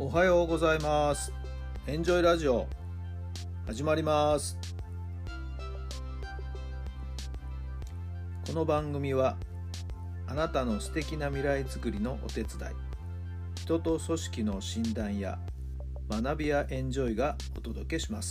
おはようございます。エンジョイラジオ始まります。この番組はあなたの素敵な未来づくりのお手伝い、人と組織の診断や学びやエンジョイがお届けします。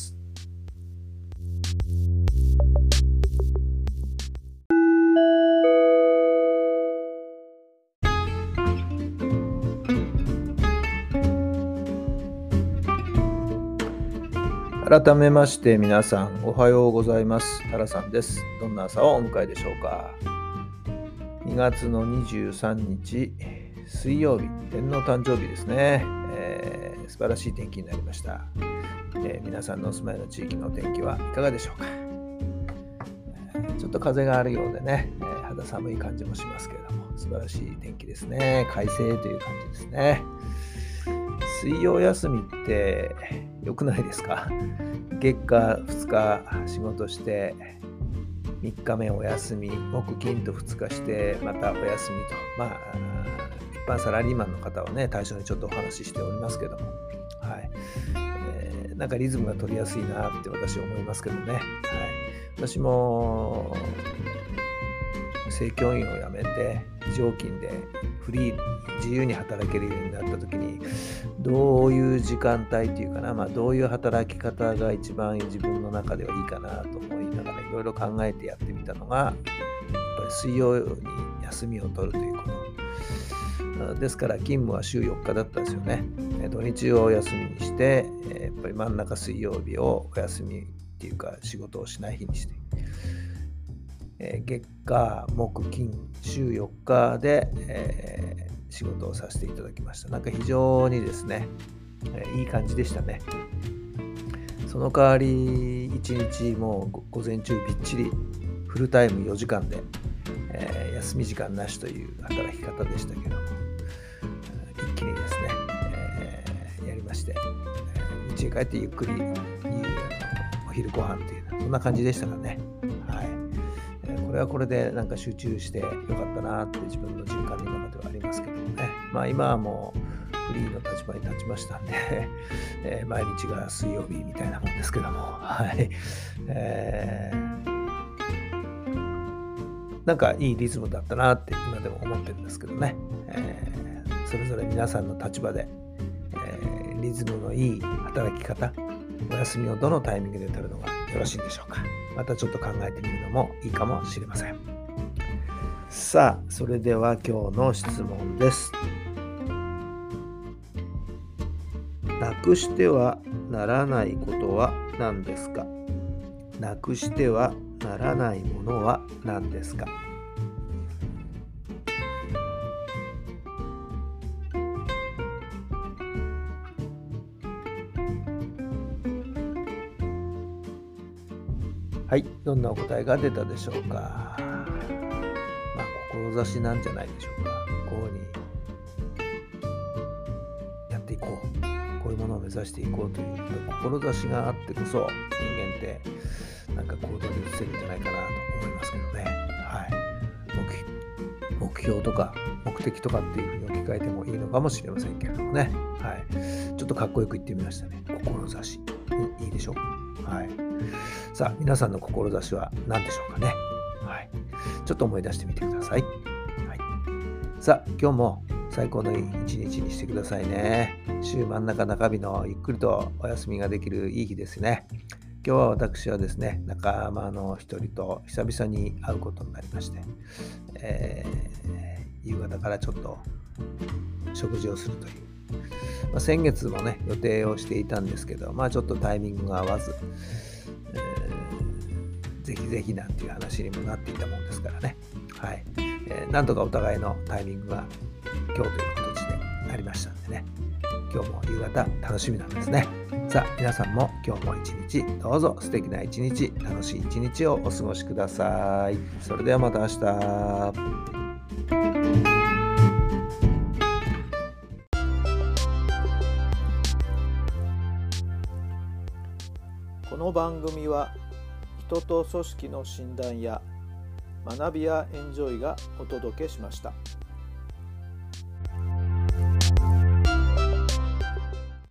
改めまして皆さんおはようございます。タラさんです。どんな朝をお迎えでしょうか。2月の23日水曜日、天皇誕生日ですね。素晴らしい天気になりました。皆さんのお住まいの地域のお天気はいかがでしょうか。ちょっと風があるようでね、肌寒い感じもしますけれども、素晴らしい天気ですね。快晴という感じですね。水曜休みって良くないですか。月火2日仕事して3日目お休み、木金と2日してまたお休みと、一般サラリーマンの方はね対象にちょっとお話ししておりますけども、なんかリズムが取りやすいなって私は思いますけどね。私も正教員を辞めて非常勤でフリー自由に働けるようになった時に、どういう時間帯というかな、どういう働き方が一番自分の中ではいいかなと思いながらいろいろ考えてやってみたのが、やっぱり水曜に休みを取るということですから、勤務は週4日だったんですよね。土日をお休みにして、やっぱり真ん中水曜日をお休みっていうか仕事をしない日にして、月火木金週4日で、仕事をさせていただきました。なんか非常にですね、いい感じでしたね。その代わり1日もう午前中びっちりフルタイム4時間で、休み時間なしという働き方でしたけども、一気にですね、やりまして、家へ帰ってゆっくりお昼ご飯というそんな感じでしたかね。これはこれでなんか集中してよかったなって自分の実感の中ではありますけどもね。今はもうフリーの立場に立ちましたんで、毎日が水曜日みたいなもんですけども、なんかいいリズムだったなって今でも思ってるんですけどね。それぞれ皆さんの立場で、リズムのいい働き方、お休みをどのタイミングで取るのがよろしいんでしょうか。またちょっと考えてみるのもいいかもしれません。さあ、それでは今日の質問です。なくしてはならないことは何ですか？なくしてはならないものは何ですか？はい、どんなお答えが出たでしょうか。志なんじゃないでしょうか。こうにやっていこう、こういうものを目指していこうという志があってこそ人間ってなんか行動に移せるんじゃないかなと思いますけどね。目標とか目的とかっていうふうに置き換えてもいいのかもしれませんけれどもね。ちょっとかっこよく言ってみましたね。志いいでしょ。さあ、皆さんの志は何でしょうかね。ちょっと思い出してみてください。さあ、今日も最高の一日にしてくださいね。週真ん中中日のゆっくりとお休みができるいい日ですね。今日は私はですね、仲間の一人と久々に会うことになりまして、夕方からちょっと食事をするという、先月もね予定をしていたんですけど、ちょっとタイミングが合わず、ぜひぜひなんていう話にもなっていたもんですからね。なんとかお互いのタイミングが今日という形でなりましたんでね、今日も夕方楽しみなんですね。さあ、皆さんも今日も一日どうぞ素敵な一日、楽しい一日をお過ごしください。それではまた明日。この番組は人と組織の診断や学びやエンジョイがお届けしました。